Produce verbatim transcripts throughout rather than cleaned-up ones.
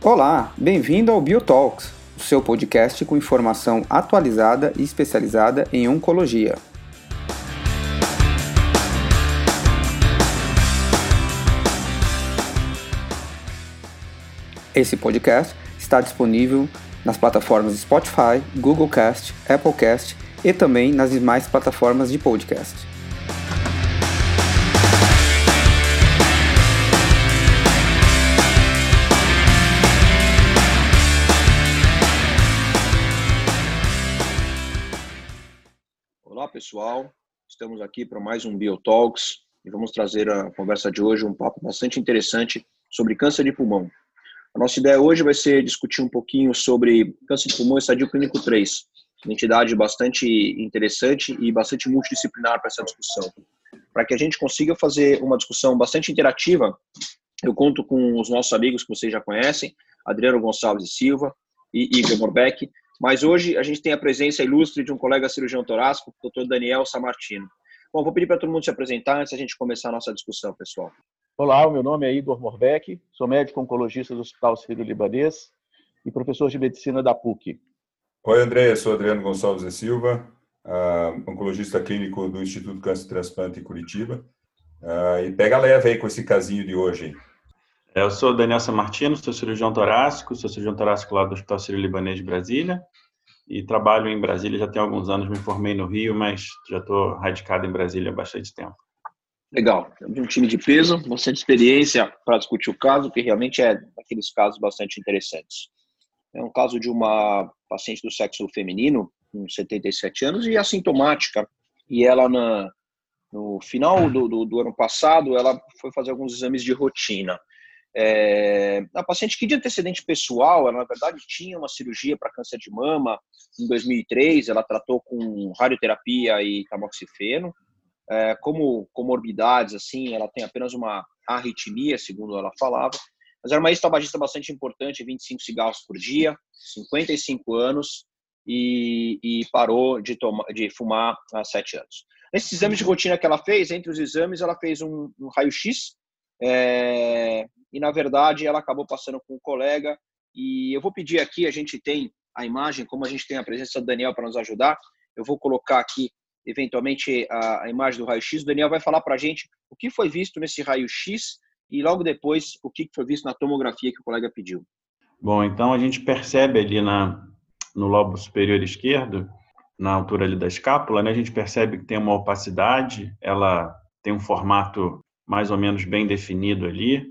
Olá, bem-vindo ao BioTalks, o seu podcast com informação atualizada e especializada em oncologia. Esse podcast está disponível nas plataformas Spotify, Google Cast, Apple Cast e também nas demais plataformas de podcast. Olá pessoal, estamos aqui para mais um BioTalks e vamos trazer a conversa de hoje um papo bastante interessante sobre câncer de pulmão. A nossa ideia hoje vai ser discutir um pouquinho sobre câncer de pulmão estadio clínico três, uma entidade bastante interessante e bastante multidisciplinar para essa discussão. Para que a gente consiga fazer uma discussão bastante interativa, eu conto com os nossos amigos que vocês já conhecem, Adriano Gonçalves e Silva e Igor Morbeck, mas hoje a gente tem a presença ilustre de um colega cirurgião torácico, o doutor Daniel Sammartino. Bom, vou pedir para todo mundo se apresentar antes da gente começar a nossa discussão, pessoal. Olá, o meu nome é Igor Morbeck, sou médico oncologista do Hospital Sírio-Libanês e professor de medicina da P U C. Oi, André, eu sou Adriano Gonçalves e Silva, uh, oncologista clínico do Instituto Câncer e Transplante em Curitiba. Uh, e pega leve aí com esse casinho de hoje. Eu sou Daniel Sammartino, sou cirurgião torácico, sou cirurgião torácico lá do Hospital Sírio-Libanês de Brasília e trabalho em Brasília já tem alguns anos, me formei no Rio, mas já estou radicado em Brasília há bastante tempo. Legal, temos um time de peso, bastante experiência para discutir o caso, que realmente é daqueles casos bastante interessantes. É um caso de uma paciente do sexo feminino, com setenta e sete anos, e assintomática. E ela, na, no final do, do, do ano passado, ela foi fazer alguns exames de rotina. É, a paciente que de antecedente pessoal, ela na verdade tinha uma cirurgia para câncer de mama em dois mil e três, ela tratou com radioterapia e tamoxifeno. É, como comorbidades, assim, ela tem apenas uma arritmia, segundo ela falava, mas era uma ex-tabagista bastante importante, vinte e cinco cigarros por dia, cinquenta e cinco anos, e, e parou de, tomar, de fumar há sete anos. Nesses exames de rotina que ela fez, entre os exames, ela fez um, um raio-x, é, e na verdade ela acabou passando com um colega, e eu vou pedir aqui, a gente tem a imagem, como a gente tem a presença do Daniel para nos ajudar, eu vou colocar aqui eventualmente a, a imagem do raio-x. O Daniel vai falar para a gente o que foi visto nesse raio-x e logo depois o que foi visto na tomografia que o colega pediu. Bom, então a gente percebe ali na, no lobo superior esquerdo, na altura ali da escápula, né, a gente percebe que tem uma opacidade, ela tem um formato mais ou menos bem definido ali,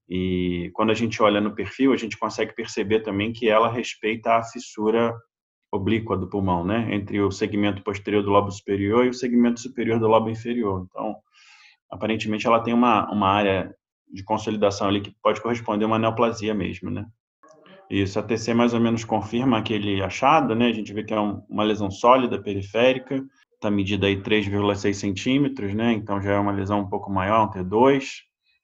e quando a gente olha no perfil, a gente consegue perceber também que ela respeita a fissura oblíqua do pulmão, né, entre o segmento posterior do lobo superior e o segmento superior do lobo inferior. Então, aparentemente, ela tem uma, uma área de consolidação ali que pode corresponder a uma neoplasia mesmo, né. Isso, a T C mais ou menos confirma aquele achado, né, a gente vê que é um, uma lesão sólida periférica, está medida aí três vírgula seis centímetros, né, então já é uma lesão um pouco maior, um T dois,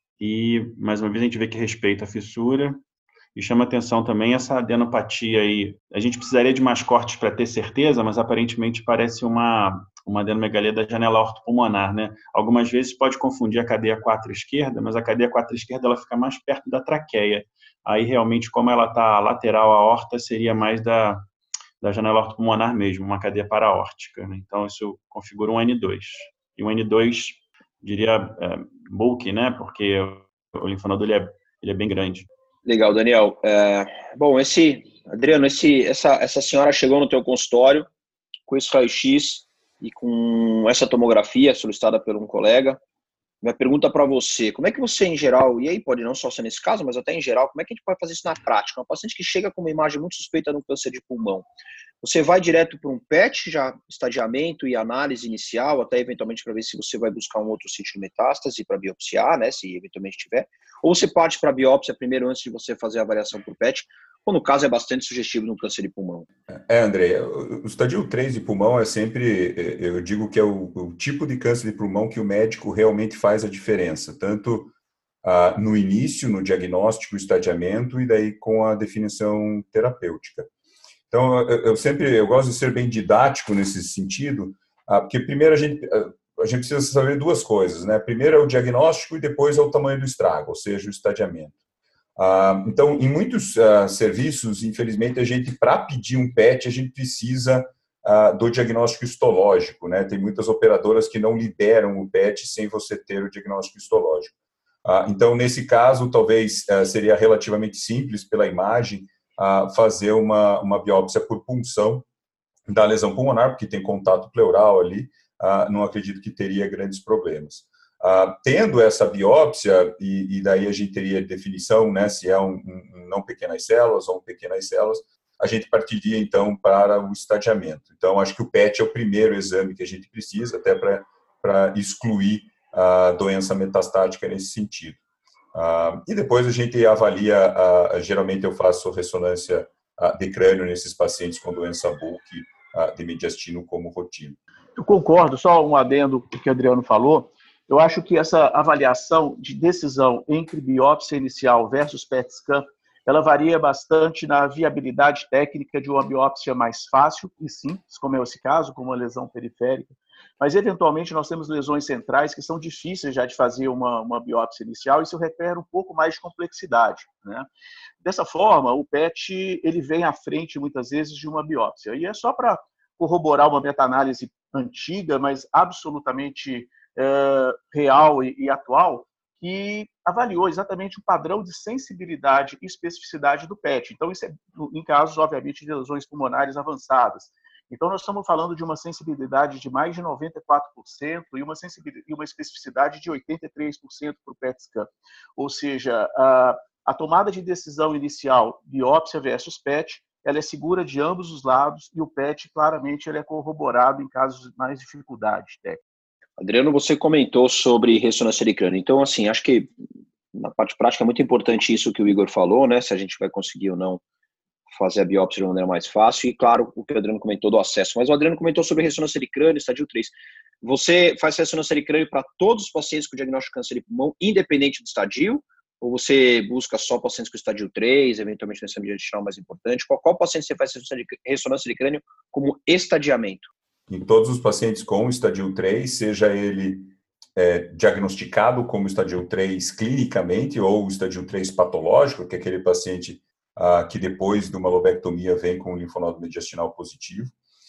e, mais uma vez, a gente vê que respeita a fissura. E chama atenção também essa adenopatia aí. A gente precisaria de mais cortes para ter certeza, mas aparentemente parece uma, uma adenomegalia da janela ortopulmonar, né? Algumas vezes pode confundir a cadeia quatro esquerda, mas a cadeia quatro esquerda ela fica mais perto da traqueia. Aí realmente, como ela está lateral à aorta, seria mais da, da janela ortopulmonar mesmo, uma cadeia paraórtica, né? Então isso configura um N dois. E o N dois, diria, é, bulky, né? Porque o linfonodo ele é, ele é bem grande. Legal, Daniel. É, bom, esse, Adriano, esse, essa, essa senhora chegou no teu consultório com esse raio-x e com essa tomografia solicitada por um colega. Minha pergunta para você, como é que você, em geral, e aí pode não só ser nesse caso, mas até em geral, como é que a gente pode fazer isso na prática? Uma paciente que chega com uma imagem muito suspeita de um câncer de pulmão, você vai direto para um P E T, já estadiamento e análise inicial, até eventualmente para ver se você vai buscar um outro sítio de metástase para biopsiar, né, se eventualmente tiver, ou você parte para a biópsia primeiro antes de você fazer a avaliação por P E T, ou no caso é bastante sugestivo no câncer de pulmão. É, André, o estadio três de pulmão é sempre, eu digo que é o, o tipo de câncer de pulmão que o médico realmente faz a diferença, tanto ah, no início, no diagnóstico, estadiamento e daí com a definição terapêutica. Então, eu, eu sempre, eu gosto de ser bem didático nesse sentido, ah, porque primeiro a gente, a gente precisa saber duas coisas, né? Primeiro é o diagnóstico e depois é o tamanho do estrago, ou seja, o estadiamento. Ah, então, em muitos ah, serviços, infelizmente, a gente, para pedir um P E T, a gente precisa ah, do diagnóstico histológico, né? Tem muitas operadoras que não liberam o P E T sem você ter o diagnóstico histológico. Ah, então, nesse caso, talvez ah, seria relativamente simples, pela imagem, ah, fazer uma, uma biópsia por punção da lesão pulmonar, porque tem contato pleural ali, ah, não acredito que teria grandes problemas. Ah, tendo essa biópsia, e, e daí a gente teria definição, né, se é um, um não pequenas células ou um pequenas células, a gente partiria, então, para o estadiamento. Então, acho que o P E T é o primeiro exame que a gente precisa, até para excluir a doença metastática nesse sentido. Ah, e depois a gente avalia, ah, geralmente eu faço ressonância ah, de crânio nesses pacientes com doença bulk ah, de mediastino como rotina. Eu concordo, só um adendo do que o Adriano falou. Eu acho que essa avaliação de decisão entre biópsia inicial versus P E T scan, ela varia bastante na viabilidade técnica de uma biópsia mais fácil e simples, como é esse caso, como uma lesão periférica. Mas, eventualmente, nós temos lesões centrais que são difíceis já de fazer uma, uma biópsia inicial, e isso requer um pouco mais de complexidade, né? Dessa forma, o P E T ele vem à frente, muitas vezes, de uma biópsia. E é só para corroborar uma meta-análise antiga, mas absolutamente é, real e, e atual, que avaliou exatamente o padrão de sensibilidade e especificidade do P E T. Então, isso é em casos, obviamente, de lesões pulmonares avançadas. Então, nós estamos falando de uma sensibilidade de mais de noventa e quatro por cento e uma, sensibilidade, e uma especificidade de oitenta e três por cento para o P E T scan. Ou seja, a, a tomada de decisão inicial, biópsia versus P E T, ela é segura de ambos os lados, e o P E T, claramente, ele é corroborado em casos de mais dificuldade técnica. Adriano, você comentou sobre ressonância de crânio. Então, assim, acho que na parte prática é muito importante isso que o Igor falou, né? Se a gente vai conseguir ou não fazer a biópsia de maneira mais fácil. E, claro, o que o Adriano comentou do acesso. Mas o Adriano comentou sobre ressonância de crânio, estadio três. Você faz ressonância de crânio para todos os pacientes com diagnóstico de câncer de pulmão, independente do estadio? Ou você busca só pacientes com estadio três, eventualmente nessa medida addicional mais importante? Qual, qual paciente você faz ressonância de crânio como estadiamento? Em todos os pacientes com estadio três, seja ele é, diagnosticado como estadio três clinicamente ou estadio três patológico, que é aquele paciente ah, que depois de uma lobectomia vem com um linfonodo mediastinal positivo,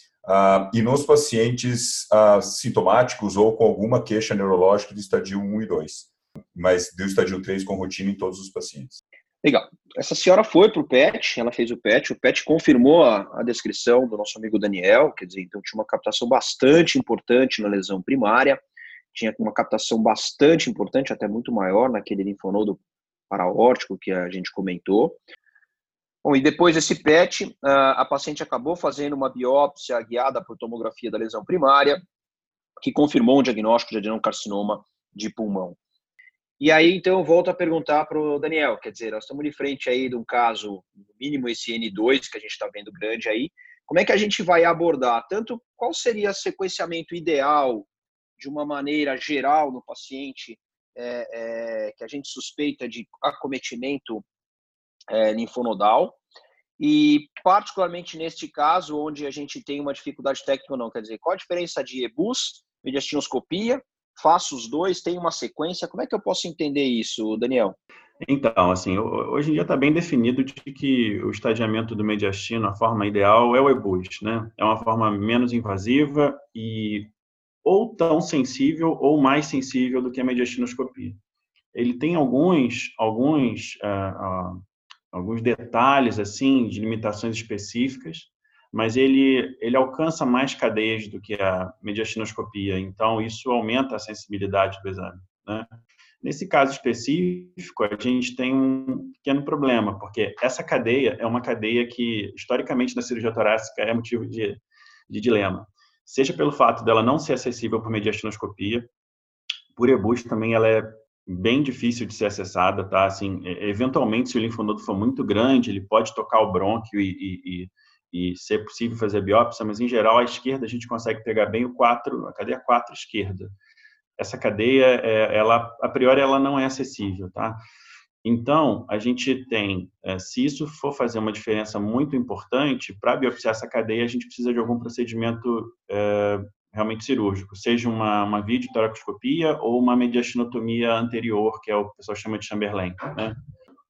ah, e nos pacientes ah, sintomáticos ou com alguma queixa neurológica de estadio um e dois, mas do estadio três com rotina em todos os pacientes. Legal. Essa senhora foi para o P E T, ela fez o P E T, o P E T confirmou a, a descrição do nosso amigo Daniel, quer dizer, então tinha uma captação bastante importante na lesão primária, tinha uma captação bastante importante, até muito maior, naquele linfonodo paraórtico que a gente comentou. Bom, e depois desse P E T, a, a paciente acabou fazendo uma biópsia guiada por tomografia da lesão primária, que confirmou um diagnóstico de adenocarcinoma de pulmão. E aí, então, eu volto a perguntar para o Daniel, quer dizer, nós estamos de frente aí de um caso, no mínimo esse N dois, que a gente está vendo grande aí, como é que a gente vai abordar? Tanto qual seria o sequenciamento ideal, de uma maneira geral, no paciente é, é, que a gente suspeita de acometimento é, linfonodal, e particularmente neste caso, onde a gente tem uma dificuldade técnica ou não, quer dizer, qual a diferença de E B U S, mediastinoscopia, faço os dois, tem uma sequência, como é que eu posso entender isso, Daniel? Então, assim, hoje em dia está bem definido de que o estadiamento do mediastino, a forma ideal é o E B U S, né? É uma forma menos invasiva e ou tão sensível ou mais sensível do que a mediastinoscopia. Ele tem alguns, alguns, uh, uh, alguns detalhes, assim, de limitações específicas, mas ele, ele alcança mais cadeias do que a mediastinoscopia, então isso aumenta a sensibilidade do exame, né? Nesse caso específico, a gente tem um pequeno problema, porque essa cadeia é uma cadeia que, historicamente, na cirurgia torácica é motivo de, de dilema. Seja pelo fato dela não ser acessível por mediastinoscopia, por E B U S também ela é bem difícil de ser acessada, tá? Assim, eventualmente, se o linfonodo for muito grande, ele pode tocar o brônquio e, e, e e ser possível fazer biópsia, mas em geral à esquerda a gente consegue pegar bem o quatro, a cadeia quatro esquerda. Essa cadeia, ela, a priori, ela não é acessível, tá? Então, a gente tem, se isso for fazer uma diferença muito importante, para biopsiar essa cadeia, a gente precisa de algum procedimento é, realmente cirúrgico, seja uma, uma videotoracoscopia ou uma mediastinotomia anterior, que é o que o pessoal chama de Chamberlain, né?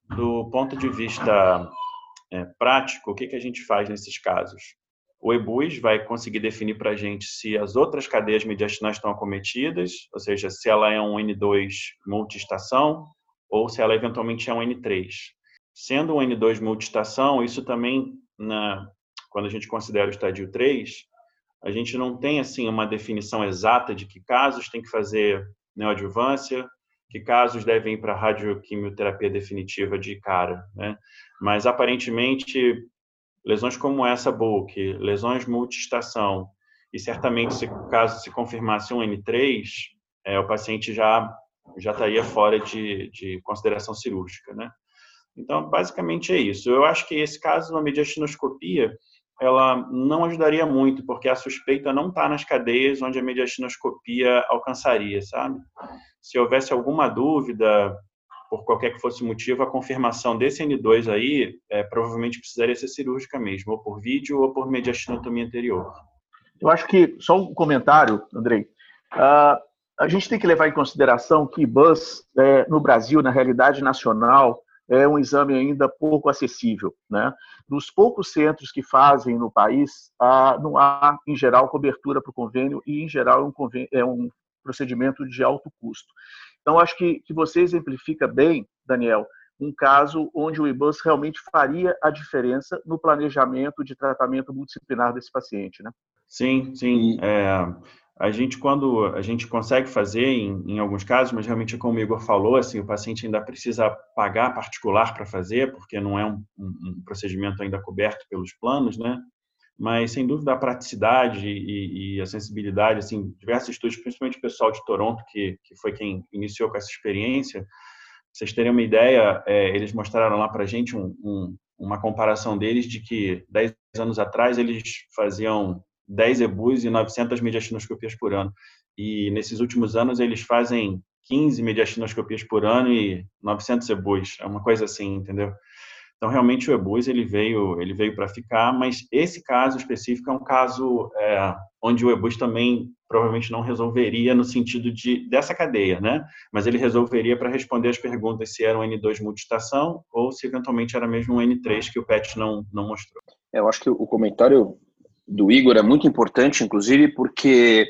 do ponto de vista é, prático, o que, que a gente faz nesses casos? O E B U S vai conseguir definir para a gente se as outras cadeias mediastinais estão acometidas, ou seja, se ela é um N dois multiestação ou se ela eventualmente é um N três. Sendo um N dois multiestação, isso também, na, quando a gente considera o estádio três, a gente não tem assim uma definição exata de que casos tem que fazer neoadjuvância, que casos devem ir para a radioquimioterapia definitiva de cara, né? Mas, aparentemente, lesões como essa B U C, lesões multiestação, e certamente, se caso se confirmasse um N três, é, o paciente já, já estaria fora de, de consideração cirúrgica, né? Então, basicamente é isso. Eu acho que esse caso, uma mediastinoscopia, ela não ajudaria muito, porque a suspeita não está nas cadeias onde a mediastinoscopia alcançaria, sabe? Se houvesse alguma dúvida, por qualquer que fosse o motivo, a confirmação desse N dois aí é, provavelmente precisaria ser cirúrgica mesmo, ou por vídeo ou por mediastinotomia anterior. Eu acho que, só um comentário, Andrei, uh, a gente tem que levar em consideração que I B U S, é, no Brasil, na realidade nacional, é um exame ainda pouco acessível, né? Dos poucos centros que fazem no país, ah, não há, em geral, cobertura para o convênio e, em geral, é um, convênio, é um procedimento de alto custo. Então, acho que, que você exemplifica bem, Daniel, um caso onde o I B U S realmente faria a diferença no planejamento de tratamento multidisciplinar desse paciente, né? Sim, sim. É, a gente, quando a gente consegue fazer, em, em alguns casos, mas realmente, como o Igor falou, assim, o paciente ainda precisa pagar particular para fazer, porque não é um, um, um procedimento ainda coberto pelos planos, né? Mas, sem dúvida, a praticidade e, e a sensibilidade, assim, diversos estudos, principalmente o pessoal de Toronto, que, que foi quem iniciou com essa experiência, pra vocês terem uma ideia, é, eles mostraram lá para a gente um, um, uma comparação deles de que, dez anos atrás, eles faziam dez E B U S e novecentas mediastinoscopias por ano. E, nesses últimos anos, eles fazem quinze mediastinoscopias por ano e novecentos E B U S. É uma coisa assim, entendeu? Então, realmente, o E B U S ele veio, ele veio para ficar, mas esse caso específico é um caso é, onde o E B U S também provavelmente não resolveria no sentido de, dessa cadeia, né? Mas ele resolveria para responder as perguntas se era um N dois multiestação ou se eventualmente era mesmo um N três que o P E T não, não mostrou. Eu acho que o comentário do Igor é muito importante, inclusive, porque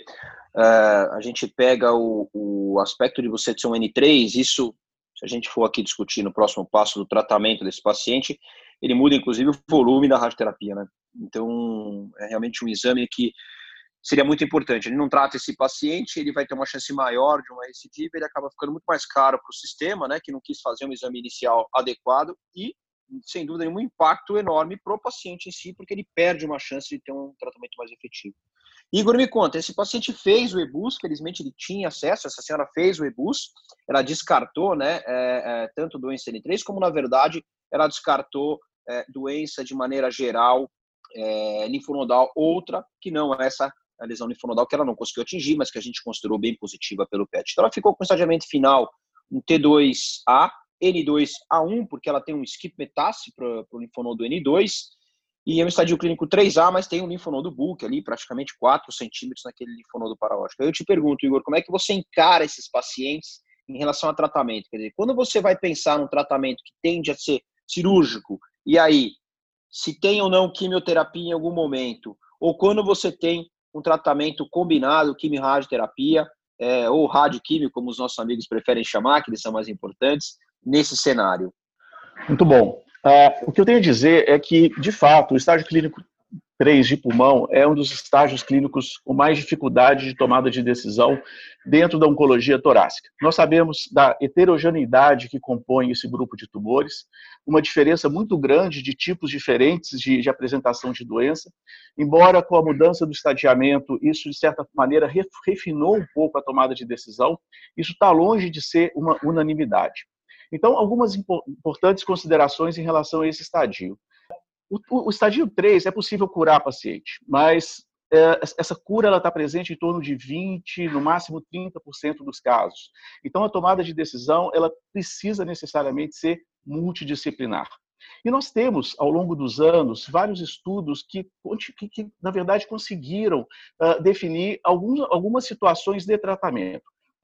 uh, a gente pega o, o aspecto de você ser um N três, isso, se a gente for aqui discutir no próximo passo do tratamento desse paciente, ele muda, inclusive, o volume da radioterapia, né? Então, é realmente um exame que seria muito importante. Ele não trata esse paciente, ele vai ter uma chance maior de uma recidiva, ele acaba ficando muito mais caro para o sistema, né, que não quis fazer um exame inicial adequado e, sem dúvida nenhuma, um impacto enorme para o paciente em si, porque ele perde uma chance de ter um tratamento mais efetivo. Igor, me conta, esse paciente fez o E B U S, felizmente ele tinha acesso, essa senhora fez o E B U S, ela descartou, né, é, é, tanto doença N três, como, na verdade, ela descartou é, doença de maneira geral, é, linfonodal, outra, que não é essa a lesão linfonodal, que ela não conseguiu atingir, mas que a gente considerou bem positiva pelo P E T. Então, ela ficou com o estadiamento final, um T dois A, N dois A um, porque ela tem um skip metástase para o linfonodo N dois, e é um estadio clínico três A, mas tem um linfonodo bulk ali, praticamente quatro centímetros naquele linfonodo paraótico. Eu te pergunto, Igor, como é que você encara esses pacientes em relação a tratamento? Quer dizer, quando você vai pensar num tratamento que tende a ser cirúrgico, e aí, se tem ou não quimioterapia em algum momento, ou quando você tem um tratamento combinado, quimio-radioterapia, é, ou radioquímio, como os nossos amigos preferem chamar, que eles são mais importantes, nesse cenário? Muito bom. Uh, o que eu tenho a dizer é que, de fato, o estágio clínico três de pulmão é um dos estágios clínicos com mais dificuldade de tomada de decisão dentro da oncologia torácica. Nós sabemos da heterogeneidade que compõe esse grupo de tumores, uma diferença muito grande de tipos diferentes de, de apresentação de doença, embora com a mudança do estadiamento, isso de certa maneira refinou um pouco a tomada de decisão, isso está longe de ser uma unanimidade. Então, algumas importantes considerações em relação a esse estadio. O, o, o estadio três é possível curar paciente, mas é, essa cura está presente em torno de vinte por cento, no máximo trinta por cento dos casos. Então, a tomada de decisão ela precisa necessariamente ser multidisciplinar. E nós temos, ao longo dos anos, vários estudos que, que, que na verdade, conseguiram uh, definir alguns, algumas situações de tratamento.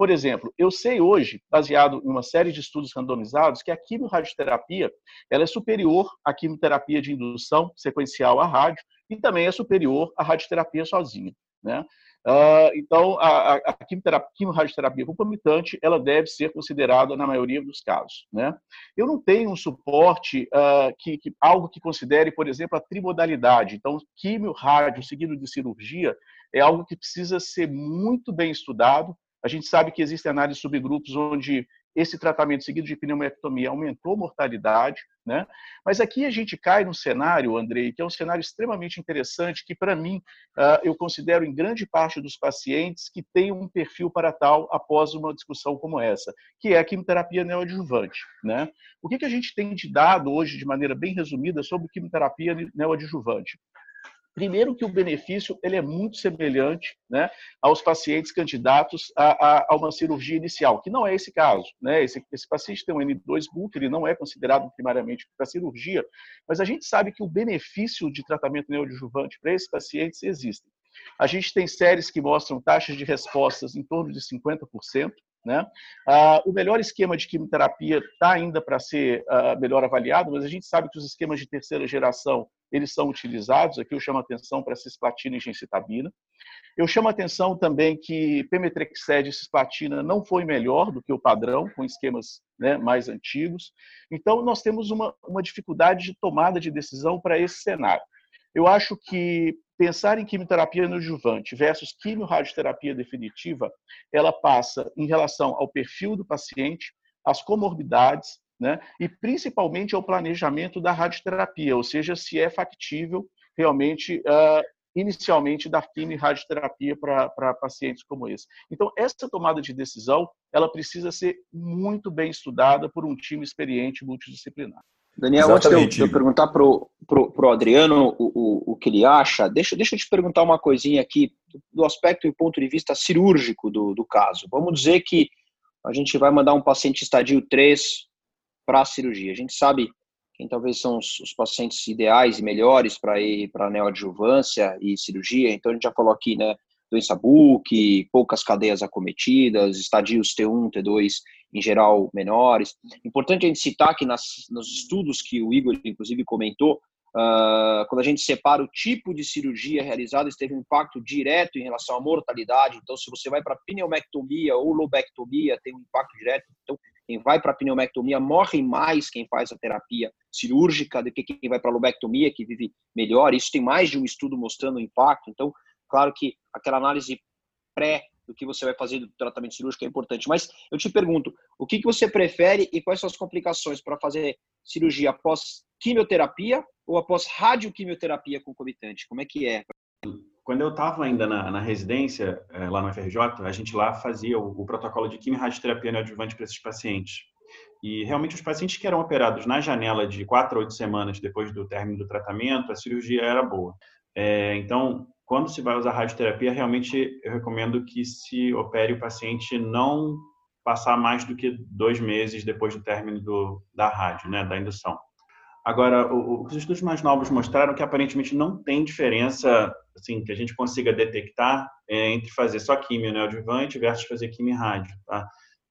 Por exemplo, eu sei hoje, baseado em uma série de estudos randomizados, que a quimiorradioterapia ela é superior à quimioterapia de indução sequencial à rádio e também é superior à radioterapia sozinha, né? Uh, então, a, a quimio-radioterapia concomitante ela deve ser considerada na maioria dos casos, né? Eu não tenho um suporte, uh, que, que, algo que considere, por exemplo, a trimodalidade. Então, quimio-rádio seguido de cirurgia é algo que precisa ser muito bem estudado. A gente sabe que existem análises de subgrupos onde esse tratamento seguido de pneumoectomia aumentou a mortalidade, né? Mas aqui a gente cai num cenário, Andrei, que é um cenário extremamente interessante, que para mim, eu considero em grande parte dos pacientes que tem um perfil para tal após uma discussão como essa, que é a quimioterapia neoadjuvante, né? O que a gente tem de dado hoje, de maneira bem resumida, sobre quimioterapia neoadjuvante? Primeiro que o benefício ele é muito semelhante, né, aos pacientes candidatos a, a, a uma cirurgia inicial, que não é esse caso, né? Esse, esse paciente tem um N dois bulk, ele não é considerado primariamente para cirurgia, mas a gente sabe que o benefício de tratamento neoadjuvante para esses pacientes existe. A gente tem séries que mostram taxas de respostas em torno de cinquenta por cento, né? Ah, o melhor esquema de quimioterapia está ainda para ser ah, melhor avaliado, mas a gente sabe que os esquemas de terceira geração eles são utilizados. Aqui eu chamo a atenção para cisplatina e gencitabina. Eu chamo a atenção também que pemetrexed e cisplatina não foi melhor do que o padrão, com esquemas, né, mais antigos. Então, nós temos uma, uma dificuldade de tomada de decisão para esse cenário. Eu acho que pensar em quimioterapia neoadjuvante versus quimiorradioterapia definitiva, ela passa em relação ao perfil do paciente, às comorbidades, né, e principalmente ao planejamento da radioterapia, ou seja, se é factível realmente, uh, inicialmente, dar quimio-radioterapia para pacientes como esse. Então, essa tomada de decisão, ela precisa ser muito bem estudada por um time experiente multidisciplinar. Daniel, Exatamente. Antes de eu, de eu perguntar para o Adriano o, o, o que ele acha, deixa, deixa eu te perguntar uma coisinha aqui do aspecto e ponto de vista cirúrgico do, do caso. Vamos dizer que a gente vai mandar um paciente estadio três para a cirurgia. A gente sabe quem talvez são os, os pacientes ideais e melhores para ir para neoadjuvância e cirurgia. Então, a gente já falou aqui, né, doença bulk, poucas cadeias acometidas, estadios T um, T dois em geral menores. Importante a gente citar que nas, nos estudos que o Igor, inclusive, comentou, uh, quando a gente separa o tipo de cirurgia realizada, isso teve um impacto direto em relação à mortalidade. Então, se você vai para pneumectomia ou lobectomia, tem um impacto direto. Então, quem vai para a pneumectomia morre mais quem faz a terapia cirúrgica do que quem vai para a lobectomia, que vive melhor. Isso tem mais de um estudo mostrando o impacto. Então, claro que aquela análise pré do que você vai fazer do tratamento cirúrgico é importante. Mas eu te pergunto, o que você prefere e quais são as complicações para fazer cirurgia após quimioterapia ou após radioquimioterapia concomitante? Como é que é? Quando eu estava ainda na, na residência, lá no F R J, a gente lá fazia o, o protocolo de quimio-radioterapia neoadjuvante para esses pacientes. E realmente os pacientes que eram operados na janela de quatro a oito semanas depois do término do tratamento, a cirurgia era boa. É, então, quando se vai usar radioterapia, realmente eu recomendo que se opere o paciente não passar mais do que dois meses depois do término do, da rádio, né, da indução. Agora, o, os estudos mais novos mostraram que aparentemente não tem diferença, assim, que a gente consiga detectar é, entre fazer só quimio neoadjuvante versus fazer quimio rádio, tá?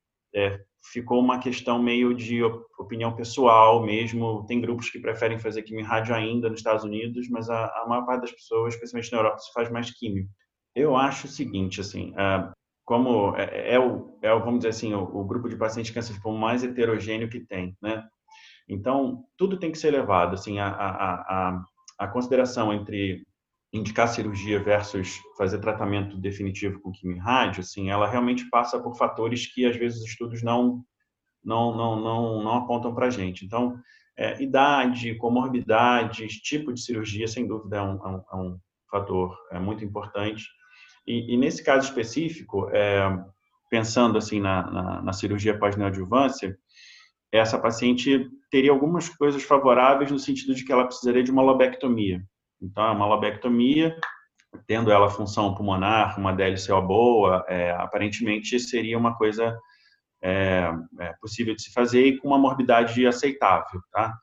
É, ficou uma questão meio de opinião pessoal mesmo. Tem grupos que preferem fazer quimio rádio ainda nos Estados Unidos, mas a, a maior parte das pessoas, especialmente na Europa, se faz mais quimio. Eu acho o seguinte, assim, uh, como é, é, o, é, vamos dizer assim, o, o grupo de pacientes de câncer de pulmão mais heterogêneo que tem, né? Então, tudo tem que ser levado, assim, a, a, a, a consideração entre indicar cirurgia versus fazer tratamento definitivo com quimio-rádio, assim, ela realmente passa por fatores que, às vezes, os estudos não, não, não, não, não apontam para a gente. Então, é, idade, comorbidades, tipo de cirurgia, sem dúvida, é um, é um, é um fator é, muito importante. E, e, nesse caso específico, é, pensando, assim, na, na, na cirurgia pós-neoadjuvância, essa paciente teria algumas coisas favoráveis no sentido de que ela precisaria de uma lobectomia. Então, uma lobectomia, tendo ela função pulmonar, uma D L C O boa, é, aparentemente seria uma coisa é, é, possível de se fazer e com uma morbidade aceitável, tá?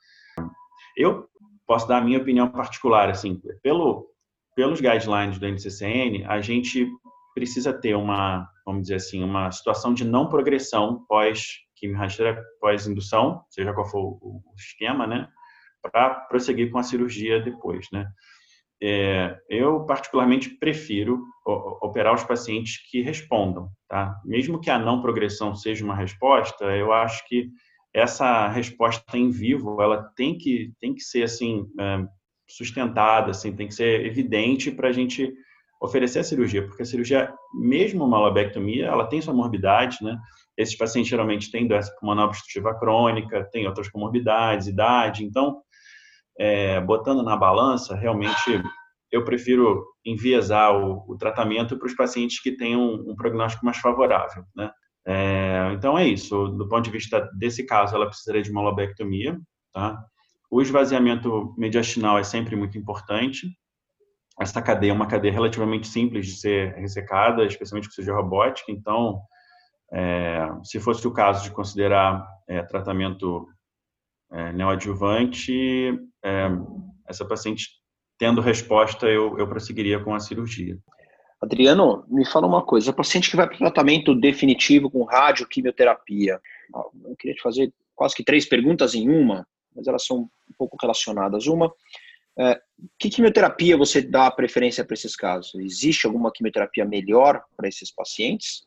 Eu posso dar a minha opinião particular, assim, pelo, pelos guidelines do N C C N, a gente precisa ter uma, vamos dizer assim, uma situação de não progressão pós-quimio-radioterapia, pós-indução, seja qual for o esquema, né, para prosseguir com a cirurgia depois, né. É, eu, particularmente, prefiro operar os pacientes que respondam, tá? Mesmo que a não progressão seja uma resposta, eu acho que essa resposta em vivo, ela tem que, tem que ser, assim, sustentada, assim, tem que ser evidente para a gente oferecer a cirurgia, porque a cirurgia, mesmo uma lobectomia, ela tem sua morbidade, né? Esses pacientes geralmente têm doença pulmonar obstrutiva crônica, têm outras comorbidades, idade, então, É, botando na balança, realmente eu prefiro enviesar o, o tratamento para os pacientes que tenham um, um prognóstico mais favorável, né? É, então é isso. Do ponto de vista desse caso, ela precisaria de uma lobectomia, tá? O esvaziamento mediastinal é sempre muito importante. Essa cadeia é uma cadeia relativamente simples de ser ressecada, especialmente com cirurgia robótica. Então, é, se fosse o caso de considerar é, tratamento É, neoadjuvante, é, essa paciente tendo resposta, eu, eu prosseguiria com a cirurgia. Adriano, me fala uma coisa, a paciente que vai para o tratamento definitivo com radioquimioterapia, eu queria te fazer quase que três perguntas em uma, mas elas são um pouco relacionadas. Uma, é, que quimioterapia você dá preferência para esses casos? Existe alguma quimioterapia melhor para esses pacientes?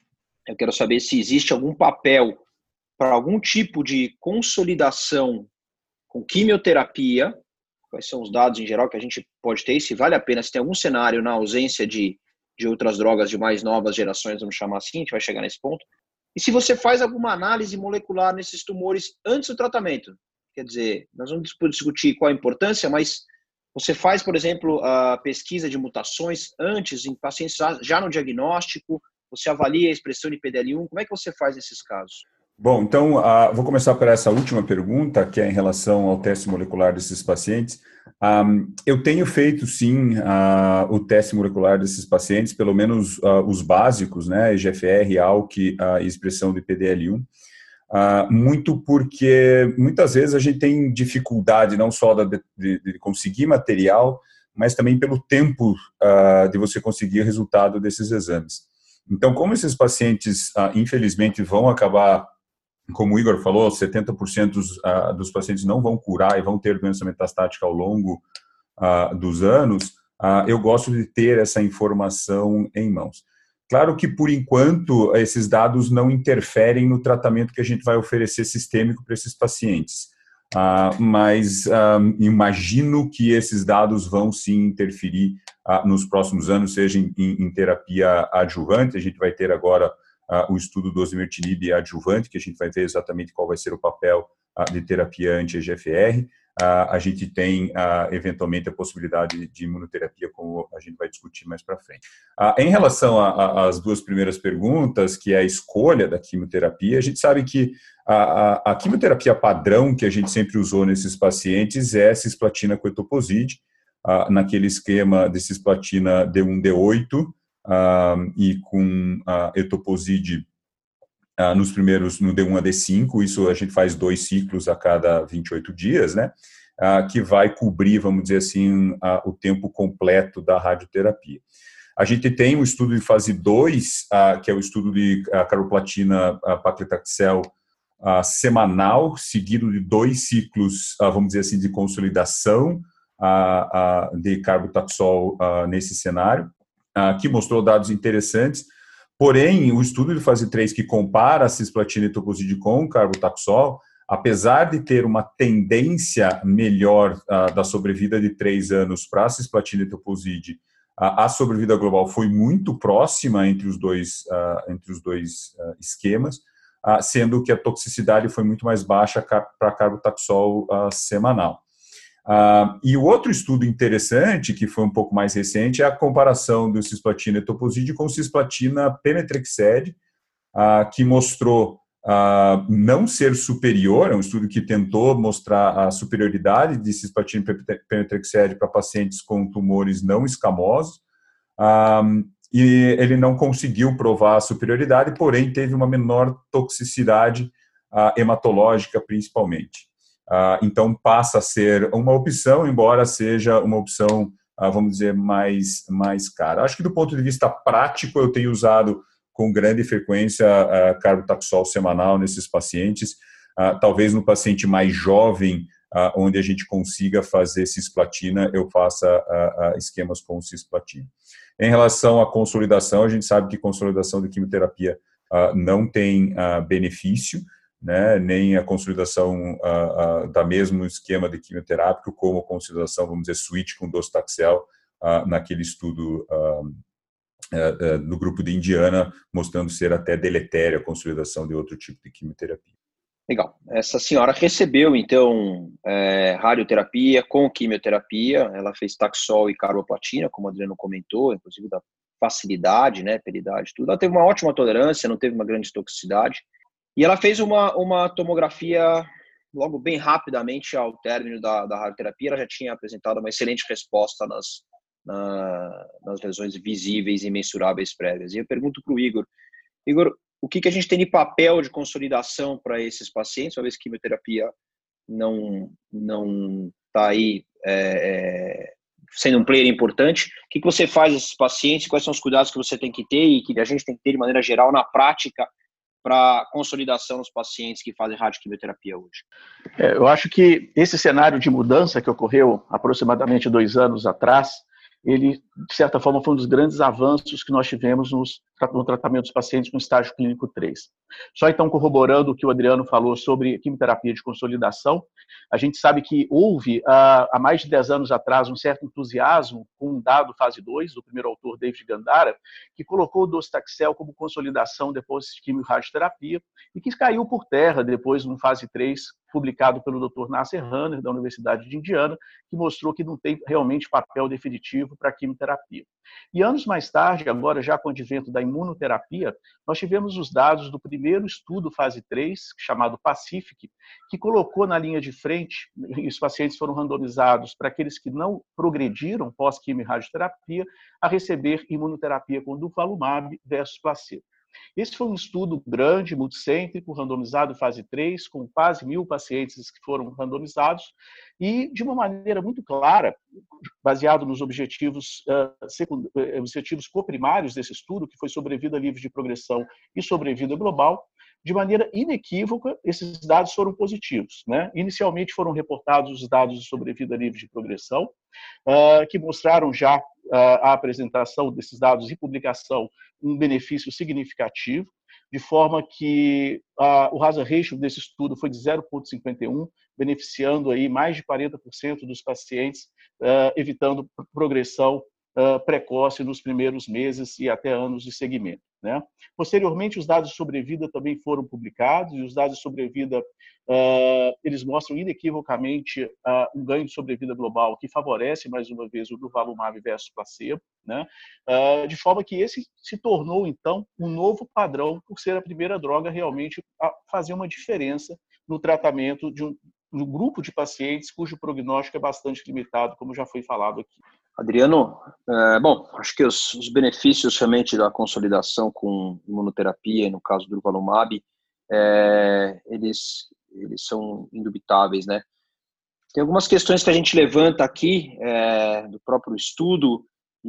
Eu quero saber se existe algum papel para algum tipo de consolidação com quimioterapia, quais são os dados em geral que a gente pode ter, e se vale a pena, se tem algum cenário na ausência de, de outras drogas de mais novas gerações, vamos chamar assim, a gente vai chegar nesse ponto, e se você faz alguma análise molecular nesses tumores antes do tratamento. Quer dizer, nós vamos discutir qual a importância, mas você faz, por exemplo, a pesquisa de mutações antes, em pacientes já no diagnóstico, você avalia a expressão de P D L um, como é que você faz nesses casos? Bom, então, uh, vou começar por essa última pergunta, que é em relação ao teste molecular desses pacientes. Um, eu tenho feito, sim, uh, o teste molecular desses pacientes, pelo menos uh, os básicos, né, E G F R, A L K e uh, expressão de P D L um, uh, muito porque muitas vezes a gente tem dificuldade não só de, de, de conseguir material, mas também pelo tempo uh, de você conseguir o resultado desses exames. Então, como esses pacientes, uh, infelizmente, vão acabar, como o Igor falou, setenta por cento dos, uh, dos pacientes não vão curar e vão ter doença metastática ao longo uh, dos anos, uh, eu gosto de ter essa informação em mãos. Claro que, por enquanto, esses dados não interferem no tratamento que a gente vai oferecer sistêmico para esses pacientes, uh, mas uh, imagino que esses dados vão sim interferir uh, nos próximos anos, seja em, em, em terapia adjuvante. A gente vai ter agora Uh, o estudo do osimertinib adjuvante, que a gente vai ver exatamente qual vai ser o papel uh, de terapia anti-E G F R. Uh, a gente tem, uh, eventualmente, a possibilidade de imunoterapia, como a gente vai discutir mais para frente. Uh, em relação às duas primeiras perguntas, que é a escolha da quimioterapia, a gente sabe que a, a, a quimioterapia padrão que a gente sempre usou nesses pacientes é cisplatina com etoposide, uh, naquele esquema de cisplatina D um D oito, Uh, e com uh, etoposide uh, nos primeiros, no D um a D cinco, isso a gente faz dois ciclos a cada vinte e oito dias, né, uh, que vai cobrir, vamos dizer assim, uh, o tempo completo da radioterapia. A gente tem um estudo de fase dois, uh, que é o estudo de uh, carboplatina uh, paclitaxel uh, semanal, seguido de dois ciclos, uh, vamos dizer assim, de consolidação uh, uh, de carbotaxol uh, nesse cenário, que mostrou dados interessantes, porém, o estudo de fase três que compara a cisplatina e etoposide com carbotaxol, apesar de ter uma tendência melhor uh, da sobrevida de três anos para a cisplatina e etoposide, uh, a sobrevida global foi muito próxima entre os dois, uh, entre os dois uh, esquemas, uh, sendo que a toxicidade foi muito mais baixa para carbotaxol uh, semanal. Uh, e o outro estudo interessante, que foi um pouco mais recente, é a comparação do cisplatina etoposide com cisplatina pemetrexed, uh, que mostrou uh, não ser superior, é um estudo que tentou mostrar a superioridade de cisplatina pemetrexed para pacientes com tumores não escamosos, uh, e ele não conseguiu provar a superioridade, porém teve uma menor toxicidade uh, hematológica principalmente. Uh, então passa a ser uma opção, embora seja uma opção, uh, vamos dizer, mais, mais cara. Acho que do ponto de vista prático eu tenho usado com grande frequência uh, carbotaxol semanal nesses pacientes, uh, talvez no paciente mais jovem, uh, onde a gente consiga fazer cisplatina, eu faça uh, uh, esquemas com cisplatina. Em relação à consolidação, a gente sabe que consolidação de quimioterapia uh, não tem uh, benefício, né, nem a consolidação uh, uh, da mesmo esquema de quimioterápico, como a consolidação, vamos dizer, switch com docetaxel, uh, naquele estudo uh, uh, uh, no grupo de Indiana, mostrando ser até deletéria a consolidação de outro tipo de quimioterapia. Legal. Essa senhora recebeu, então, é, radioterapia com quimioterapia, ela fez Taxol e carboplatina, como o Adriano comentou, inclusive da facilidade, né, peridade, tudo. Ela teve uma ótima tolerância, não teve uma grande toxicidade. E ela fez uma, uma tomografia logo bem rapidamente ao término da, da radioterapia. Ela já tinha apresentado uma excelente resposta nas, na, nas lesões visíveis e mensuráveis prévias. E eu pergunto para o Igor, Igor, o que, que a gente tem de papel de consolidação para esses pacientes, uma vez que a quimioterapia não não está aí é, é, sendo um player importante? O que, que você faz nesses pacientes? Quais são os cuidados que você tem que ter e que a gente tem que ter de maneira geral na prática para consolidação nos pacientes que fazem radioquimioterapia hoje? É, eu acho que esse cenário de mudança que ocorreu aproximadamente dois anos atrás, ele, de certa forma, foi um dos grandes avanços que nós tivemos nos, no tratamento dos pacientes no estágio clínico três. Só então corroborando o que o Adriano falou sobre quimioterapia de consolidação, a gente sabe que houve, há mais de dez anos atrás, um certo entusiasmo com um dado fase dois, do primeiro autor, David Gandara, que colocou o docetaxel como consolidação depois de quimio-radioterapia e que caiu por terra depois, no fase três, publicado pelo doutor Nasser Hanner, da Universidade de Indiana, que mostrou que não tem realmente papel definitivo para a quimioterapia. E anos mais tarde, agora já com o advento da imunoterapia, nós tivemos os dados do primeiro estudo fase três, chamado Pacific, que colocou na linha de frente, e os pacientes foram randomizados para aqueles que não progrediram pós-quimio-radioterapia a receber imunoterapia com durvalumab versus placebo. Esse foi um estudo grande, multicêntrico, randomizado fase três, com quase mil pacientes que foram randomizados, e de uma maneira muito clara, baseado nos objetivos, uh, secund... objetivos coprimários desse estudo, que foi sobrevida livre de progressão e sobrevida global, de maneira inequívoca, esses dados foram positivos, né? Inicialmente foram reportados os dados de sobrevida livre de progressão, uh, que mostraram já uh, a apresentação desses dados e publicação um benefício significativo, de forma que uh, o hazard ratio desse estudo foi de zero vírgula cinquenta e um, beneficiando aí mais de quarenta por cento dos pacientes, uh, evitando progressão uh, precoce nos primeiros meses e até anos de seguimento, né? Posteriormente, os dados de sobrevida também foram publicados, e os dados de sobrevida, uh, eles mostram inequivocamente uh, um ganho de sobrevida global que favorece, mais uma vez, o durvalumab versus placebo, né? Uh, de forma que esse se tornou, então, um novo padrão por ser a primeira droga realmente a fazer uma diferença no tratamento de um, de um grupo de pacientes cujo prognóstico é bastante limitado, como já foi falado aqui. Adriano, é, bom, acho que os, os benefícios realmente da consolidação com imunoterapia, no caso do durvalumab, é, eles, eles são indubitáveis, né? Tem algumas questões que a gente levanta aqui, é, do próprio estudo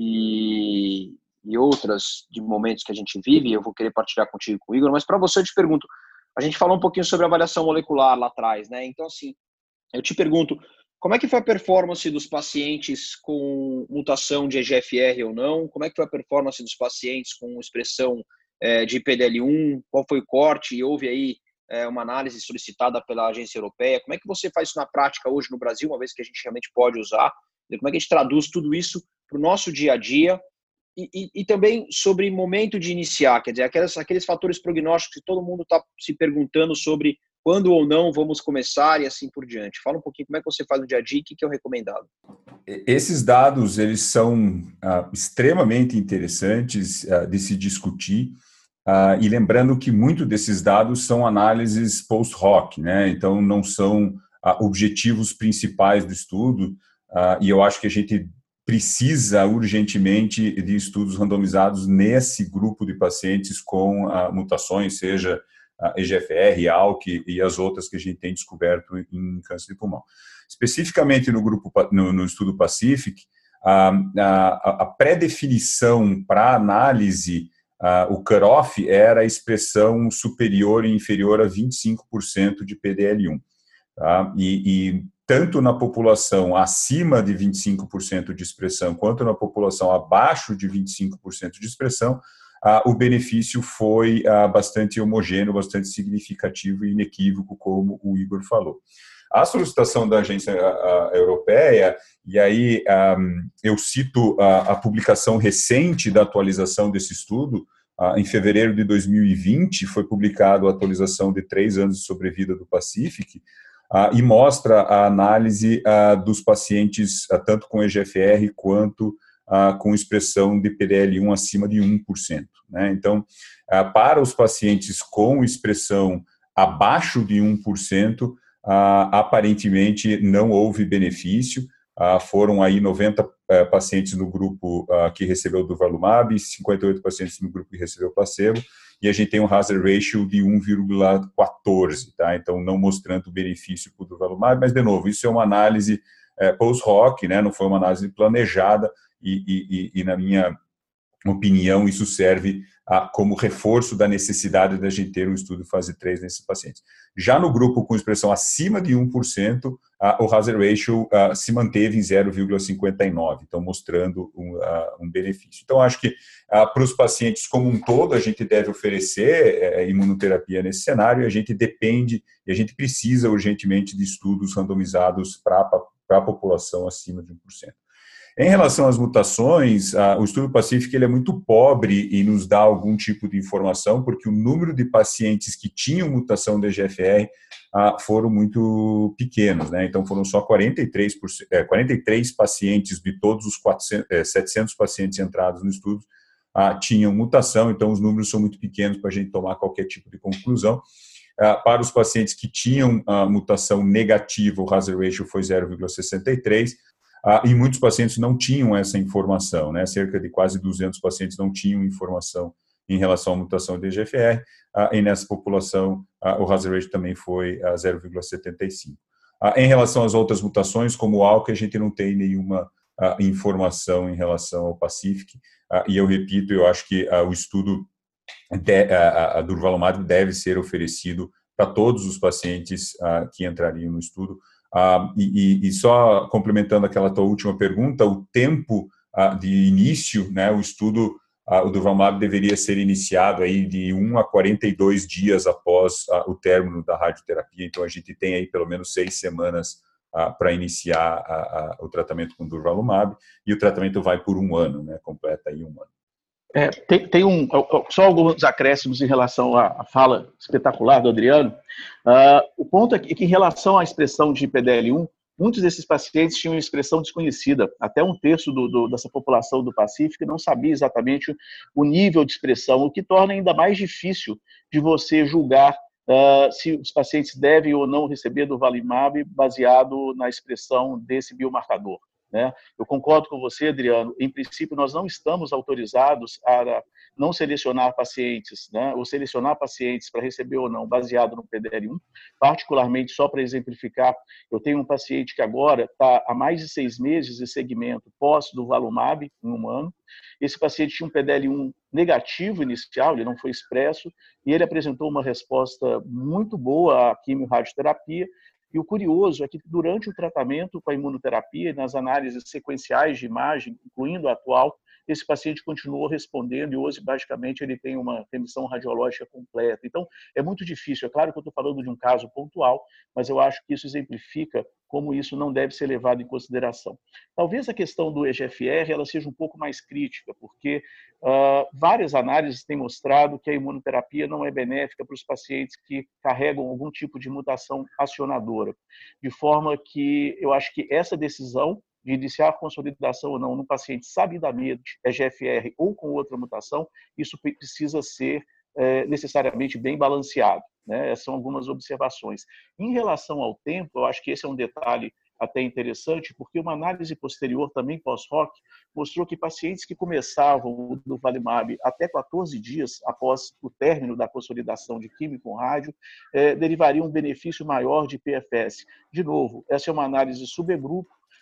e, e outras de momentos que a gente vive, eu vou querer partilhar contigo com o Igor, mas para você eu te pergunto, a gente falou um pouquinho sobre avaliação molecular lá atrás, né? Então, assim, eu te pergunto, como é que foi a performance dos pacientes com mutação de E G F R ou não? Como é que foi a performance dos pacientes com expressão é, de P D L um? Qual foi o corte? E houve aí é, uma análise solicitada pela agência europeia. Como é que você faz isso na prática hoje no Brasil, uma vez que a gente realmente pode usar? Como é que a gente traduz tudo isso para o nosso dia a dia? E, e, e também sobre momento de iniciar, quer dizer, aqueles, aqueles fatores prognósticos que todo mundo está se perguntando sobre quando ou não vamos começar e assim por diante. Fala um pouquinho como é que você faz no dia a dia e o que é o recomendado. Esses dados, eles são ah, extremamente interessantes ah, de se discutir, ah, e lembrando que muito desses dados são análises post-hoc, né? Então não são ah, objetivos principais do estudo, ah, e eu acho que a gente precisa urgentemente de estudos randomizados nesse grupo de pacientes com ah, mutações, seja a E G F R, A L K e as outras que a gente tem descoberto em câncer de pulmão. Especificamente no grupo no, no estudo Pacific, a, a, a pré-definição para análise uh, o cutoff era a expressão superior e inferior a vinte e cinco por cento de P D L um. Tá? E, e tanto na população acima de vinte e cinco por cento de expressão, quanto na população abaixo de vinte e cinco por cento de expressão, ah, o benefício foi ah, bastante homogêneo, bastante significativo e inequívoco, como o Igor falou. A solicitação da agência a, a, europeia, e aí um, eu cito a, a publicação recente da atualização desse estudo, ah, em fevereiro de dois mil e vinte, foi publicado a atualização de três anos de sobrevida do Pacific, ah, e mostra a análise ah, dos pacientes, ah, tanto com E G F R quanto ah, com expressão de P D L um acima de um por cento. Né? Então, ah, para os pacientes com expressão abaixo de um por cento, ah, aparentemente não houve benefício. Ah, foram aí noventa ah, pacientes no grupo ah, que recebeu durvalumab, cinquenta e oito pacientes no grupo que recebeu placebo, e a gente tem um hazard ratio de um vírgula quatorze, tá? Então não mostrando benefício para o durvalumab, mas de novo, isso é uma análise é, post-hoc, né? Não foi uma análise planejada, e, e, e na minha opinião isso serve a, como reforço da necessidade da gente ter um estudo fase três nesses pacientes. Já no grupo com expressão acima de um por cento, a, o hazard ratio a, se manteve em zero vírgula cinquenta e nove, então mostrando um, a, um benefício. Então acho que a, para os pacientes como um todo a gente deve oferecer é, imunoterapia nesse cenário, e a gente depende, e a gente precisa urgentemente de estudos randomizados para a população acima de um por cento. Em relação às mutações, o estudo Pacific ele é muito pobre em nos dar algum tipo de informação, porque o número de pacientes que tinham mutação de E G F R foram muito pequenos, né? Então foram só quarenta e três, quarenta e três pacientes de todos os quatrocentos, setecentos pacientes entrados no estudo tinham mutação, então os números são muito pequenos para a gente tomar qualquer tipo de conclusão. Para os pacientes que tinham mutação negativa, o hazard ratio foi zero vírgula sessenta e três, Ah, e muitos pacientes não tinham essa informação, né? Cerca de quase duzentos pacientes não tinham informação em relação à mutação de E G F R, ah, e nessa população ah, o hazard ratio também foi ah, zero vírgula setenta e cinco. Ah, em relação às outras mutações, como o A L K, a gente não tem nenhuma ah, informação em relação ao Pacific, ah, e eu repito, eu acho que ah, o estudo de, ah, a durvalumab deve ser oferecido para todos os pacientes ah, que entrariam no estudo. Ah, e, e só complementando aquela tua última pergunta, o tempo ah, de início, né, o estudo, ah, o durvalumab deveria ser iniciado aí de um a quarenta e dois dias após ah, o término da radioterapia, então a gente tem aí pelo menos seis semanas ah, para iniciar a, a, o tratamento com durvalumab, e o tratamento vai por um ano, né, completa aí um ano. É, tem, tem um, só alguns acréscimos em relação à fala espetacular do Adriano. Uh, o ponto é que, que, em relação à expressão de P D L um, muitos desses pacientes tinham expressão desconhecida. Até um terço do, do, dessa população do Pacífico não sabia exatamente o nível de expressão, o que torna ainda mais difícil de você julgar uh, se os pacientes devem ou não receber durvalumab baseado na expressão desse biomarcador. Né? Eu concordo com você, Adriano. Em princípio, nós não estamos autorizados a não selecionar pacientes, né? Ou selecionar pacientes para receber ou não, baseado no P D L um. Particularmente, só para exemplificar, eu tenho um paciente que agora está há mais de seis meses de segmento pós-durvalumab, em um ano. Esse paciente tinha um P D L um negativo inicial, ele não foi expresso, e ele apresentou uma resposta muito boa à quimio-radioterapia. E o curioso é que, durante o tratamento com a imunoterapia e nas análises sequenciais de imagem, incluindo a atual, esse paciente continuou respondendo e hoje, basicamente, ele tem uma remissão radiológica completa. Então, é muito difícil. É claro que eu estou falando de um caso pontual, mas eu acho que isso exemplifica como isso não deve ser levado em consideração. Talvez a questão do E G F R ela seja um pouco mais crítica, porque uh, várias análises têm mostrado que a imunoterapia não é benéfica para os pacientes que carregam algum tipo de mutação acionadora. De forma que eu acho que essa decisão de iniciar a consolidação ou não no paciente sabidamente E G F R ou com outra mutação, isso precisa ser é, necessariamente bem balanceado. Né? Essas são algumas observações. Em relação ao tempo, eu acho que esse é um detalhe até interessante, porque uma análise posterior, também pós-hoc, mostrou que pacientes que começavam o durvalumab até quatorze dias após o término da consolidação de químio com rádio, eh, derivariam um benefício maior de P F S. De novo, essa é uma análise subgrupo,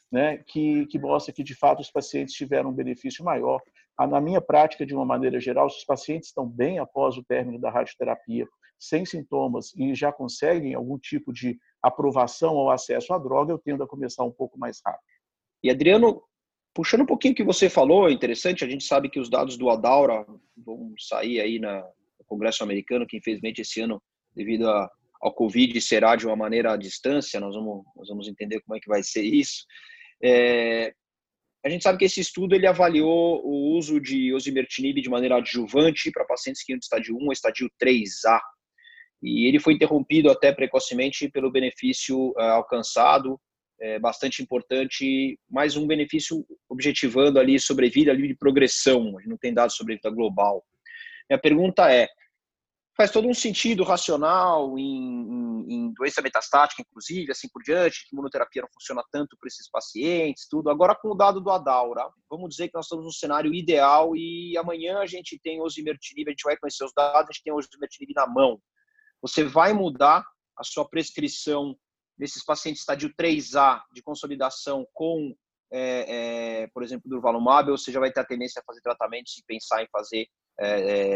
né, que, que mostra que, de fato, os pacientes tiveram um benefício maior. Na minha prática, de uma maneira geral, se os pacientes estão bem após o término da radioterapia, sem sintomas, e já conseguem algum tipo de aprovação ou acesso à droga, eu tendo a começar um pouco mais rápido. E, Adriano, puxando um pouquinho o que você falou, é interessante, a gente sabe que os dados do Adaura vão sair aí na, no Congresso americano, que infelizmente esse ano, devido a, ao Covid, será de uma maneira à distância, nós vamos, nós vamos entender como é que vai ser isso. É, a gente sabe que esse estudo ele avaliou o uso de osimertinib de maneira adjuvante para pacientes que iam de estádio um a estádio três A. E ele foi interrompido até precocemente pelo benefício uh, alcançado, é, bastante importante, mais um benefício objetivando ali sobrevida livre de progressão, a gente não tem dados sobre vida global. Minha pergunta é, faz todo um sentido racional em, em, em doença metastática, inclusive, assim por diante, que imunoterapia não funciona tanto para esses pacientes, tudo. Agora, com o dado do Adaura, vamos dizer que nós estamos no cenário ideal e amanhã a gente tem osimertinib, a gente vai conhecer os dados, a gente tem osimertinib na mão. Você vai mudar a sua prescrição nesses pacientes estádio três A de consolidação com, é, é, por exemplo, durvalumab, ou você já vai ter a tendência a fazer tratamentos e pensar em fazer é,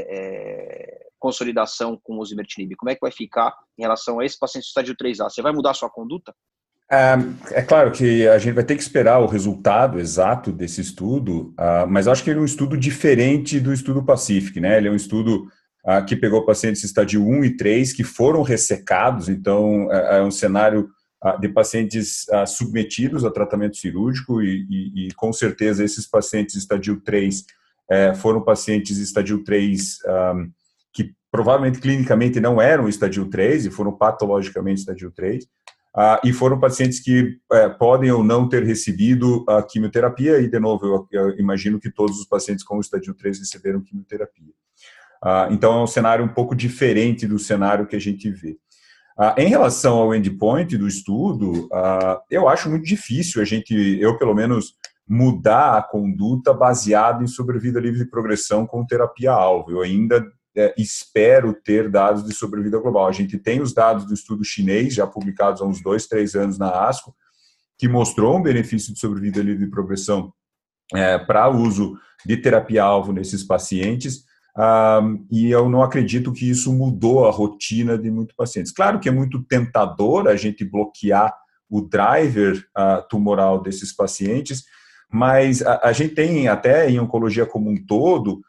é, consolidação com osimertinib? Como é que vai ficar em relação a esse paciente estádio três A? Você vai mudar a sua conduta? É, é claro que a gente vai ter que esperar o resultado exato desse estudo, uh, mas acho que ele é um estudo diferente do estudo Pacific, né? Ele é um estudo uh, que pegou pacientes estádio um e três que foram ressecados, então é, é um cenário uh, de pacientes uh, submetidos a tratamento cirúrgico e, e, e com certeza esses pacientes estádio três uh, foram pacientes estádio três um, que provavelmente clinicamente não eram estádio três e foram patologicamente estádio três. Uh, e foram pacientes que uh, podem ou não ter recebido a quimioterapia, e de novo, eu, eu imagino que todos os pacientes com o estádio três receberam quimioterapia. Uh, então é um cenário um pouco diferente do cenário que a gente vê. Uh, em relação ao endpoint do estudo, uh, eu acho muito difícil a gente, eu pelo menos, mudar a conduta baseada em sobrevida livre de progressão com terapia-alvo. Eu ainda É, espero ter dados de sobrevida global. A gente tem os dados do estudo chinês, já publicados há uns dois, três anos na ASCO, que mostrou um benefício de sobrevida livre de progressão é, para uso de terapia-alvo nesses pacientes, um, e eu não acredito que isso mudou a rotina de muitos pacientes. Claro que é muito tentador a gente bloquear o driver uh, tumoral desses pacientes, mas a, a gente tem até em oncologia como um todo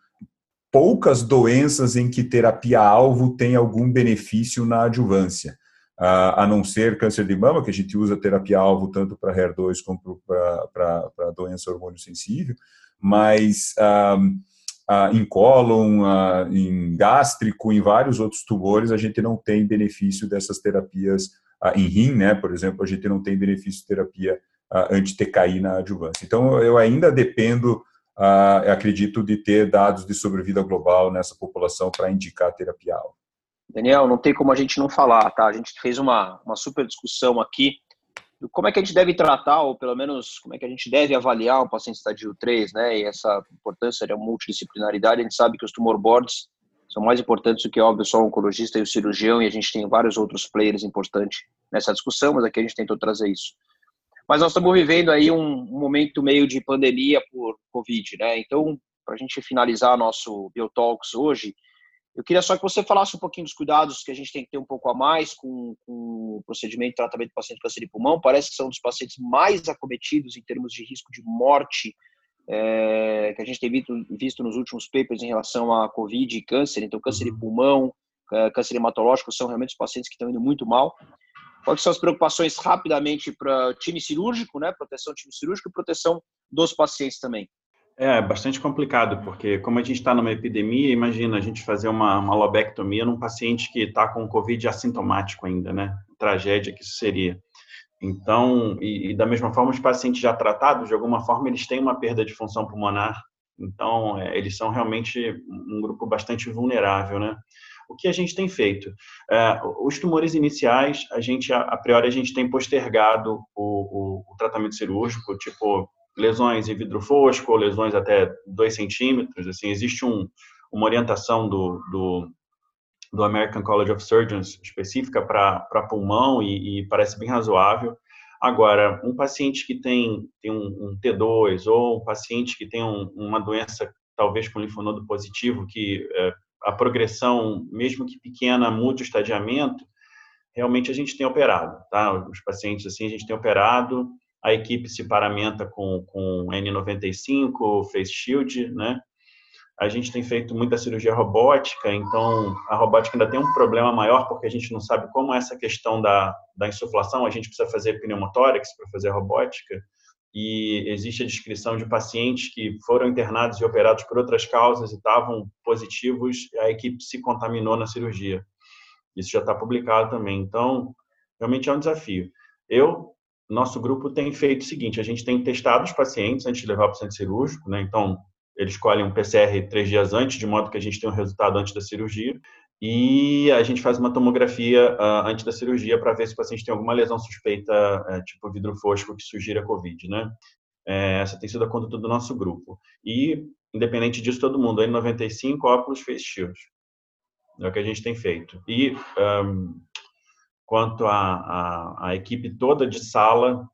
poucas doenças em que terapia-alvo tem algum benefício na adjuvância, a não ser câncer de mama, que a gente usa terapia-alvo tanto para H E R dois como para doença hormônio sensível, mas um, uh, em cólon, uh, em gástrico, em vários outros tumores, a gente não tem benefício dessas terapias, uh, em rim, né, por exemplo, a gente não tem benefício de terapia uh, anti-T K I na adjuvância. Então, eu ainda dependo Uh, eu acredito de ter dados de sobrevida global nessa população para indicar terapia-alvo. Daniel, não tem como a gente não falar, tá? A gente fez uma, uma super discussão aqui do como é que a gente deve tratar, ou pelo menos como é que a gente deve avaliar um paciente estádio três, né? E essa importância da multidisciplinaridade, a gente sabe que os tumor boards são mais importantes do que, óbvio, só o oncologista e o cirurgião, e a gente tem vários outros players importantes nessa discussão, mas aqui a gente tentou trazer isso. Mas nós estamos vivendo aí um, um momento meio de pandemia por Covid, né? Então, para a gente finalizar nosso Biotalks hoje, eu queria só que você falasse um pouquinho dos cuidados que a gente tem que ter um pouco a mais com, com o procedimento de tratamento do paciente com câncer de pulmão. Parece que são um dos pacientes mais acometidos em termos de risco de morte é, que a gente tem visto, visto nos últimos papers em relação a Covid e câncer. Então, câncer de pulmão, câncer hematológico são realmente os pacientes que estão indo muito mal. Quais são as preocupações rapidamente para o time cirúrgico, né? Proteção do time cirúrgico e proteção dos pacientes também? É bastante complicado, porque como a gente está numa epidemia, imagina a gente fazer uma, uma lobectomia num paciente que está com Covid assintomático ainda, né? Tragédia que isso seria. Então, e, e da mesma forma, os pacientes já tratados, de alguma forma, eles têm uma perda de função pulmonar. Então, é, eles são realmente um grupo bastante vulnerável, né? O que a gente tem feito? É, os tumores iniciais, a gente, a priori, a gente tem postergado o, o, o tratamento cirúrgico, tipo lesões em vidro fosco, ou lesões até dois centímetros. Assim, existe um, uma orientação do, do, do American College of Surgeons específica para pulmão e, e parece bem razoável. Agora, um paciente que tem, tem um, um T dois ou um paciente que tem um, uma doença, talvez com linfonodo positivo, que é, a progressão, mesmo que pequena, mude o estadiamento, realmente a gente tem operado, tá? Os pacientes assim a gente tem operado, a equipe se paramenta com, com N noventa e cinco, Face Shield, né? A gente tem feito muita cirurgia robótica, então a robótica ainda tem um problema maior, porque a gente não sabe como é essa questão da, da insuflação, a gente precisa fazer pneumotórax para fazer a robótica, e existe a descrição de pacientes que foram internados e operados por outras causas e estavam positivos, a equipe se contaminou na cirurgia. Isso já está publicado também, então realmente é um desafio. Eu, nosso grupo tem feito o seguinte, a gente tem testado os pacientes antes de levar para o centro cirúrgico, né? Então eles escolhem um P C R três dias antes, de modo que a gente tenha um resultado antes da cirurgia, e a gente faz uma tomografia uh, antes da cirurgia para ver se o paciente tem alguma lesão suspeita, uh, tipo vidro fosco, que sugira COVID, né? É, essa tem sido a conduta do nosso grupo. E, independente disso, todo mundo, N noventa e cinco, óculos, face shield. É o que a gente tem feito. E, um, quanto à equipe toda de sala,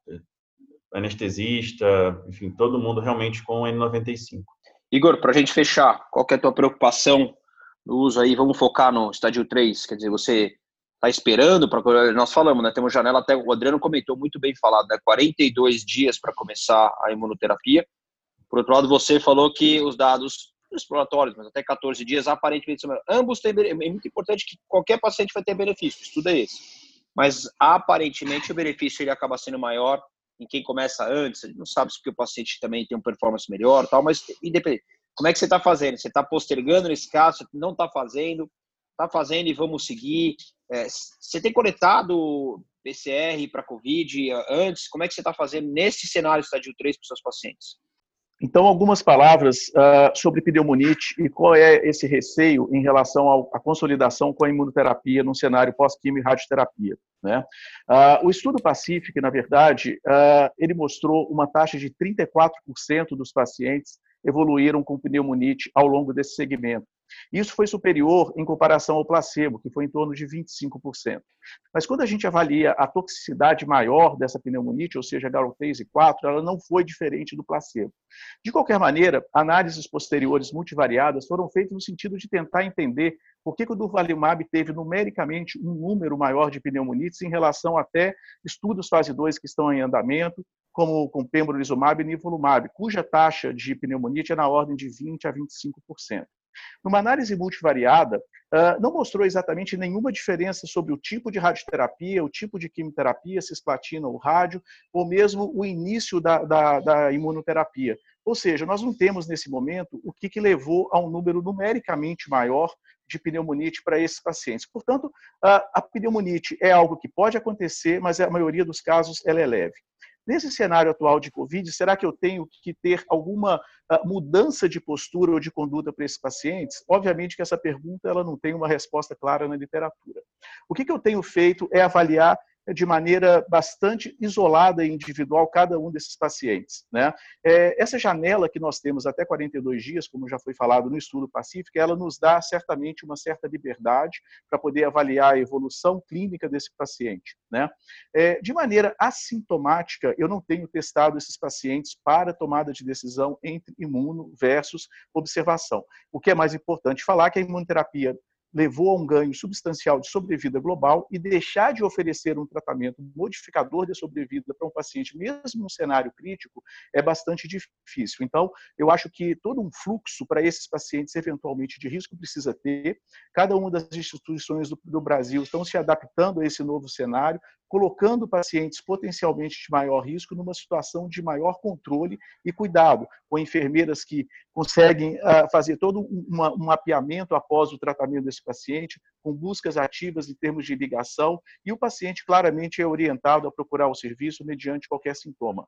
anestesista, enfim, todo mundo realmente com N noventa e cinco. Igor, para a gente fechar, qual que é a tua preocupação no uso aí? Vamos focar no estádio três, quer dizer, você está esperando, para nós falamos, né? Temos janela, até o Adriano comentou muito bem falado, né? quarenta e dois dias para começar a imunoterapia. Por outro lado, você falou que os dados exploratórios, mas até quatorze dias, aparentemente, ambos têm, é muito importante que qualquer paciente vai ter benefício, o estudo é esse. Mas, aparentemente, o benefício ele acaba sendo maior em quem começa antes. A gente não sabe se porque o paciente também tem uma performance melhor, tal, mas independente. Como é que você está fazendo? Você está postergando nesse caso? Você não está fazendo? Está fazendo e vamos seguir? É, você tem coletado P C R para COVID antes? Como é que você está fazendo nesse cenário estádio três para os seus pacientes? Então, algumas palavras uh, sobre pneumonite e qual é esse receio em relação ao, à consolidação com a imunoterapia no cenário pós-quimio e radioterapia. Né? Uh, o estudo Pacific, na verdade, uh, ele mostrou uma taxa de trinta e quatro por cento dos pacientes evoluíram com pneumonite ao longo desse segmento. Isso foi superior em comparação ao placebo, que foi em torno de vinte e cinco por cento. Mas quando a gente avalia a toxicidade maior dessa pneumonite, ou seja, galopase quatro, ela não foi diferente do placebo. De qualquer maneira, análises posteriores multivariadas foram feitas no sentido de tentar entender por que o durvalumab teve numericamente um número maior de pneumonites em relação até estudos fase dois que estão em andamento, como com pembrolizumab e nivolumab, cuja taxa de pneumonite é na ordem de vinte a vinte e cinco por cento. Numa análise multivariada, não mostrou exatamente nenhuma diferença sobre o tipo de radioterapia, o tipo de quimioterapia, cisplatina ou rádio, ou mesmo o início da, da, da imunoterapia. Ou seja, nós não temos nesse momento o que, que levou a um número numericamente maior de pneumonite para esses pacientes. Portanto, a pneumonite é algo que pode acontecer, mas a maioria dos casos ela é leve. Nesse cenário atual de Covid, será que eu tenho que ter alguma uh, mudança de postura ou de conduta para esses pacientes? Obviamente que essa pergunta ela não tem uma resposta clara na literatura. O que, que eu tenho feito é avaliar de maneira bastante isolada e individual cada um desses pacientes. Né? É, essa janela que nós temos até quarenta e dois dias, como já foi falado no estudo Pacific, ela nos dá certamente uma certa liberdade para poder avaliar a evolução clínica desse paciente. Né? É, de maneira assintomática, eu não tenho testado esses pacientes para tomada de decisão entre imuno versus observação. O que é mais importante falar que a imunoterapia levou a um ganho substancial de sobrevida global e deixar de oferecer um tratamento modificador de sobrevida para um paciente, mesmo no cenário crítico, é bastante difícil. Então, eu acho que todo um fluxo para esses pacientes eventualmente de risco precisa ter. Cada uma das instituições do, do Brasil estão se adaptando a esse novo cenário, colocando pacientes potencialmente de maior risco numa situação de maior controle e cuidado, com enfermeiras que conseguem uh, fazer todo uma, um mapeamento após o tratamento desse paciente, com buscas ativas em termos de ligação, e o paciente claramente é orientado a procurar o serviço mediante qualquer sintoma.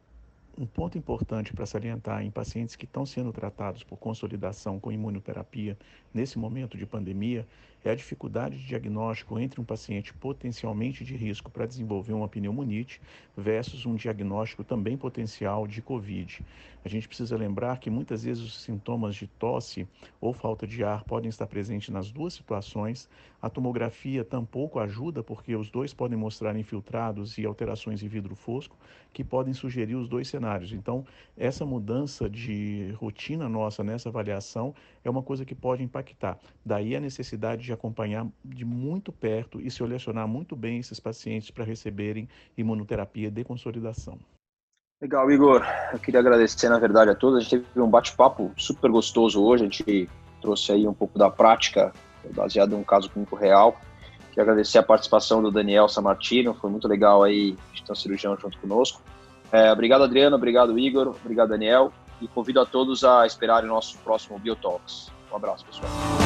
Um ponto importante para salientar em pacientes que estão sendo tratados por consolidação com imunoterapia nesse momento de pandemia é a dificuldade de diagnóstico entre um paciente potencialmente de risco para desenvolver uma pneumonite versus um diagnóstico também potencial de COVID. A gente precisa lembrar que muitas vezes os sintomas de tosse ou falta de ar podem estar presentes nas duas situações. A tomografia tampouco ajuda, porque os dois podem mostrar infiltrados e alterações em vidro fosco, que podem sugerir os dois cenários. Então, essa mudança de rotina nossa nessa avaliação é uma coisa que pode impactar. Daí a necessidade de acompanhar de muito perto e selecionar muito bem esses pacientes para receberem imunoterapia de consolidação. Legal, Igor. Eu queria agradecer, na verdade, a todos. A gente teve um bate-papo super gostoso hoje. A gente trouxe aí um pouco da prática, baseado em um caso clínico real. Queria agradecer a participação do Daniel Sammartino. Foi muito legal aí, a gente tem um cirurgião junto conosco. É, obrigado, Adriano. Obrigado, Igor. Obrigado, Daniel. E convido a todos a esperarem o nosso próximo Biotalks. Um abraço, pessoal.